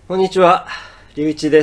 こんにちは、りゅういちです。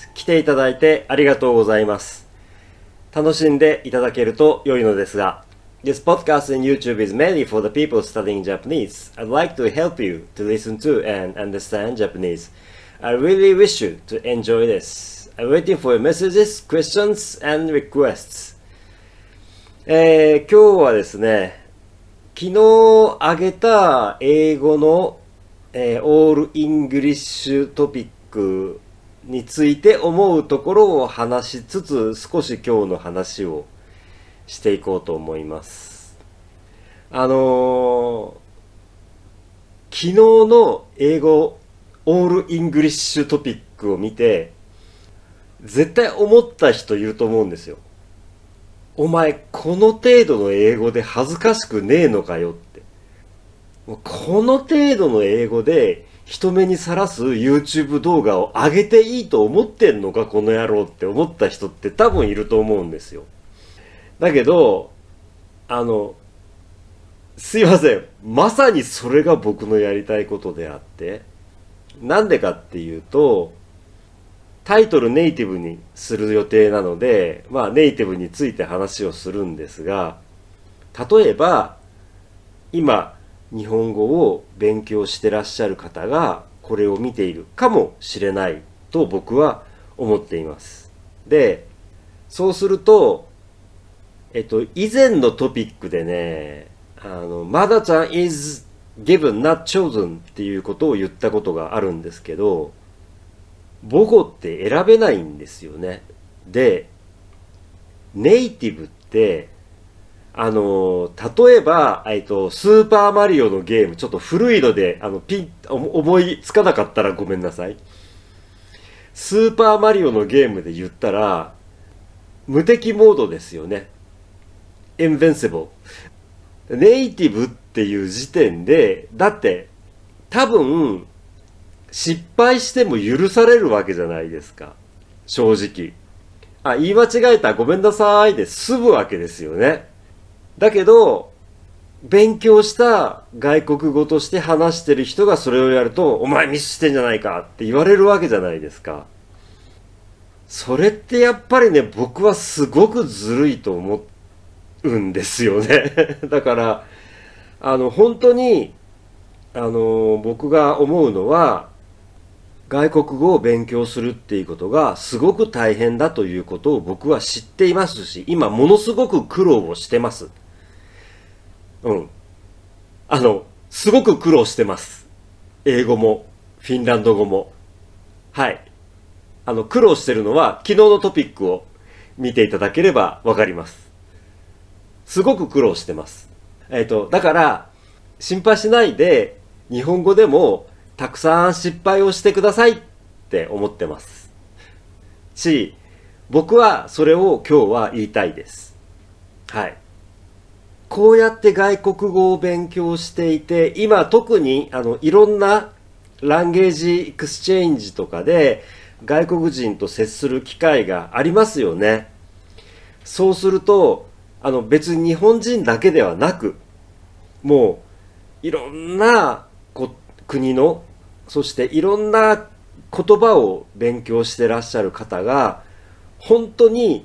来ていただいてありがとうございます。楽しんでいただけると良いのですが、This podcast in YouTube is mainly for the people studying Japanese. I'd like to help you to listen to and understand Japanese. I really wish you to enjoy this. I'm waiting for your messages, questions, and requests. 今日はですね、昨日あげた英語のオールイングリッシュトピックについて思うところを話しつつ、少し今日の話をしていこうと思います。昨日の英語オールイングリッシュトピックを見て、絶対思った人いると思うんですよ。お前この程度の英語で恥ずかしくねえのかよって。この程度の英語で人目にさらす YouTube 動画を上げていいと思ってんのかこの野郎って思った人って多分いると思うんですよ。だけど、すいません。まさにそれが僕のやりたいことであって、なんでかっていうと、タイトルネイティブにする予定なので、ネイティブについて話をするんですが、例えば、今、日本語を勉強してらっしゃる方がこれを見ているかもしれないと僕は思っています。で、そうすると、以前のトピックでね、Mother tongue is given not chosen っていうことを言ったことがあるんですけど、母語って選べないんですよね。で、ネイティブって例えば、スーパーマリオのゲーム、ちょっと古いので、思いつかなかったらごめんなさい。スーパーマリオのゲームで言ったら、無敵モードですよね。Invincible。ネイティブっていう時点で、だって、多分、失敗しても許されるわけじゃないですか。正直。言い間違えた、ごめんなさいで済むわけですよね。だけど、勉強した外国語として話してる人がそれをやると、お前ミスしてんじゃないかって言われるわけじゃないですか。それってやっぱりね、僕はすごくずるいと思うんですよね。だから、本当に、僕が思うのは、外国語を勉強するっていうことがすごく大変だということを僕は知っていますし、今ものすごく苦労をしてます。うん。すごく苦労してます。英語も、フィンランド語も。はい。苦労してるのは、昨日のトピックを見ていただければわかります。すごく苦労してます。だから、心配しないで、日本語でも、たくさん失敗をしてくださいって思ってます。僕はそれを今日は言いたいです。はい。こうやって外国語を勉強していて、今特にいろんなランゲージエクスチェンジとかで外国人と接する機会がありますよね。そうすると、別に日本人だけではなく、もういろんな国の、そしていろんな言葉を勉強してらっしゃる方が、本当に、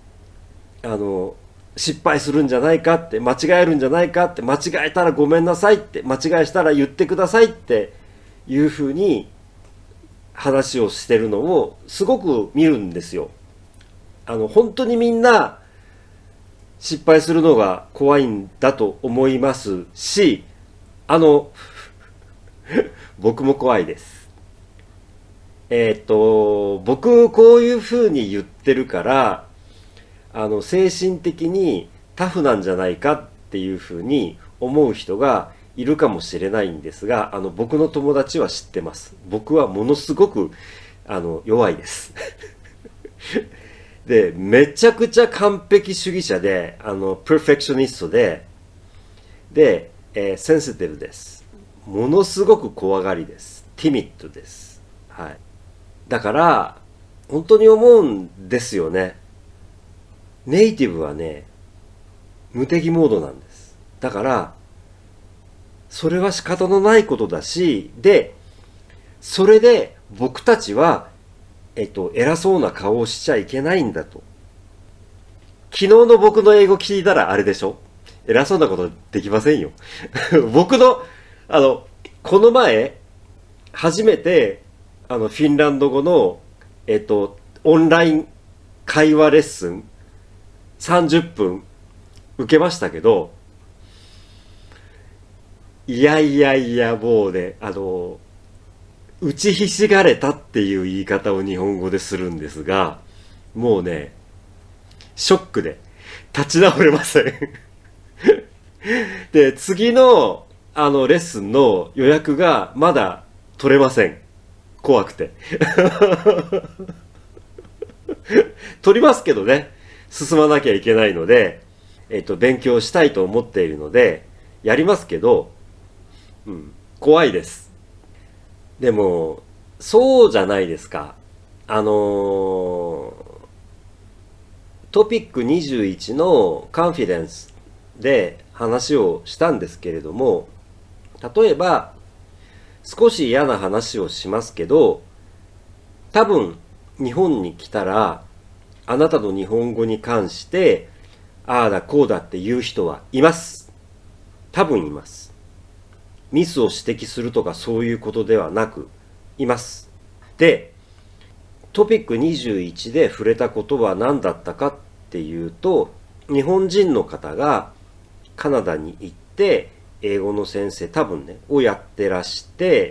失敗するんじゃないかって、間違えるんじゃないかって、間違えたらごめんなさいって、間違いしたら言ってくださいっていうふうに話をしてるのをすごく見るんですよ。本当にみんな失敗するのが怖いんだと思いますし、僕も怖いです。僕こういうふうに言ってるから、精神的にタフなんじゃないかっていうふうに思う人がいるかもしれないんですが、僕の友達は知ってます。僕はものすごく、弱いです。で、めちゃくちゃ完璧主義者で、パーフェクショニストで、センシティブです。ものすごく怖がりです。ティミッドです。はい。だから、本当に思うんですよね。ネイティブはね、無敵モードなんです。だから、それは仕方のないことだし、で、それで僕たちは、偉そうな顔をしちゃいけないんだと。昨日の僕の英語聞いたらあれでしょ？偉そうなことできませんよ。僕の、この前、初めて、フィンランド語の、オンライン会話レッスン30分受けましたけど、いやいやいや、もうね、打ちひしがれたっていう言い方を日本語でするんですが、もうね、ショックで立ち直れません。で、次の、レッスンの予約がまだ取れません。怖くて。取りますけどね、進まなきゃいけないので、勉強したいと思っているので、やりますけど、怖いです。でも、そうじゃないですか。トピック21のカンフィデンスで話をしたんですけれども、例えば、少し嫌な話をしますけど、多分日本に来たら、あなたの日本語に関して、ああだこうだって言う人はいます。多分います。ミスを指摘するとかそういうことではなく、います。で、トピック21で触れたことは何だったかっていうと、日本人の方がカナダに行って英語の先生多分ねをやってらして、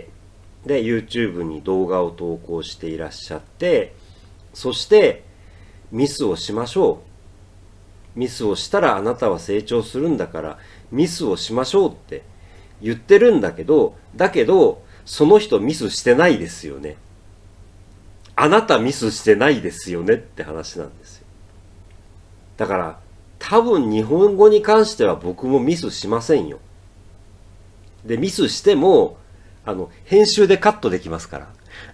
で YouTube に動画を投稿していらっしゃって、そしてミスをしましょう、ミスをしたらあなたは成長するんだからミスをしましょうって言ってるんだけど、その人ミスしてないですよね。あなたミスしてないですよねって話なんですよ。だから多分日本語に関しては僕もミスしませんよ。で、ミスしても編集でカットできますから。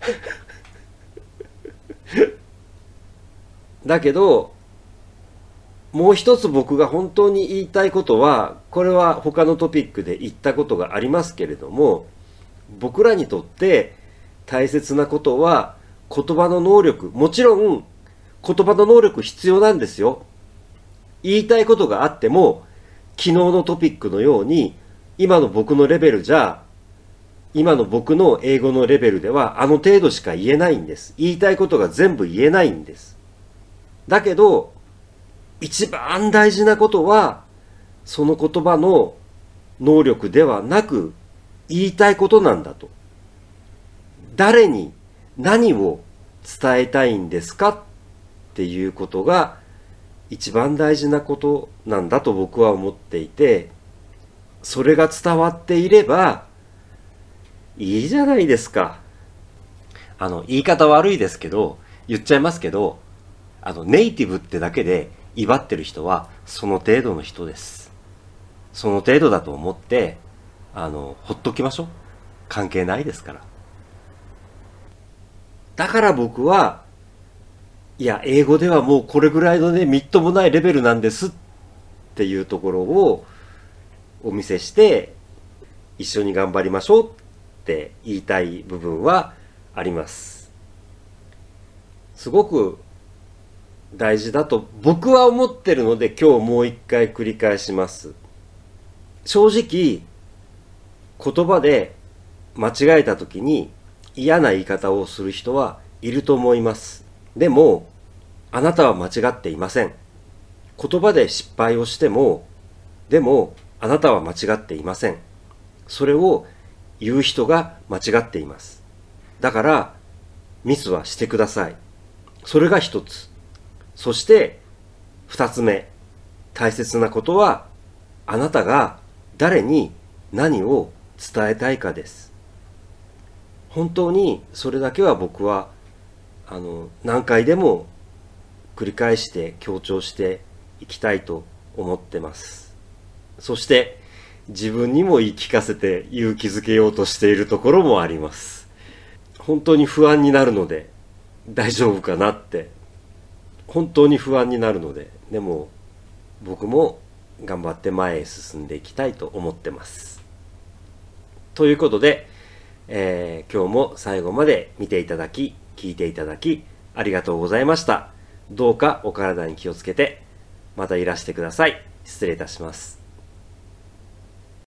だけど、もう一つ僕が本当に言いたいことは、これは他のトピックで言ったことがありますけれども、僕らにとって大切なことは言葉の能力。もちろん言葉の能力必要なんですよ。言いたいことがあっても、昨日のトピックのように、今の僕のレベルじゃ、今の僕の英語のレベルではあの程度しか言えないんです。言いたいことが全部言えないんです。だけど、一番大事なことは、その言葉の能力ではなく、言いたいことなんだと。誰に何を伝えたいんですかっていうことが一番大事なことなんだと僕は思っていて、それが伝わっていればいいじゃないですか。言い方悪いですけど、言っちゃいますけど、ネイティブってだけで威張ってる人はその程度の人です。その程度だと思って、ほっときましょう。関係ないですから。だから僕は、いや、英語ではもうこれぐらいのね、みっともないレベルなんですっていうところをお見せして、一緒に頑張りましょうって言いたい部分はあります。すごく大事だと僕は思ってるので、今日もう一回繰り返します。正直、言葉で間違えた時に嫌な言い方をする人はいると思います。でも、あなたは間違っていません。言葉で失敗をしても、でもあなたは間違っていません。それを言う人が間違っています。だから、ミスはしてください。それが一つ。そして、二つ目。大切なことは、あなたが誰に何を伝えたいかです。本当にそれだけは僕は、何回でも繰り返して強調していきたいと思ってます。そして、自分にも言い聞かせて勇気づけようとしているところもあります。本当に不安になるので、大丈夫かなって。本当に不安になるので、でも僕も頑張って前へ進んでいきたいと思ってます。ということで、 今日も最後まで見ていただき、聞いていただき、ありがとうございました。どうかお体に気をつけて、またいらしてください。失礼いたします。